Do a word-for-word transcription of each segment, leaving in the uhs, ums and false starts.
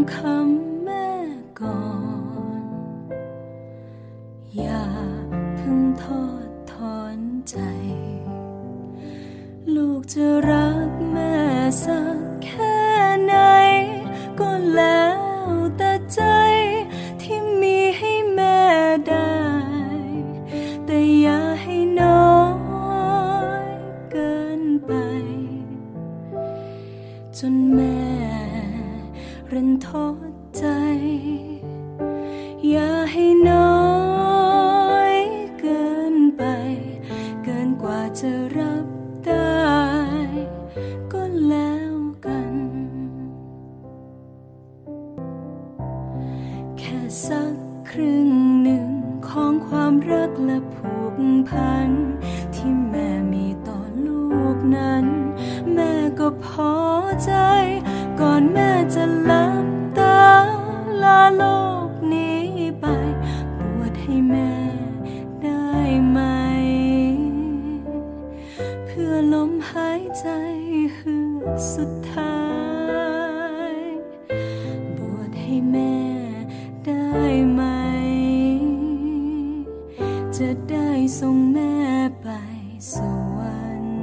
คำแม่ก่อนอย่าเพิ่งทอดถอนใจลูกจะรักแม่สักแค่ไหนก็แล้วแต่ใจที่มีให้แม่ได้แต่อย่าให้น้อยเกินไปจนแม่รันทดใจอย่าให้น้อยเกินไปเกินกว่าจะรับได้ก็แล้วกันแค่สักครึ่งหนึ่งของความรักและผูกพันที่แม่มีต่อลูกนั้นแม่ก็พอใจก่อนแม่จะลับตาลาโลกนี้ไปบวชให้แม่ได้ไหมเพื่อลมหายใจเฮือกสุดท้ายบวชให้แม่ได้ไหมจะได้ส่งแม่ไปสวรรค์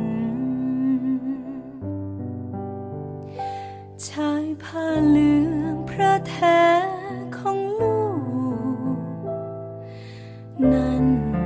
ชายผ้าเหลืองพระแท้ของลูกนั้น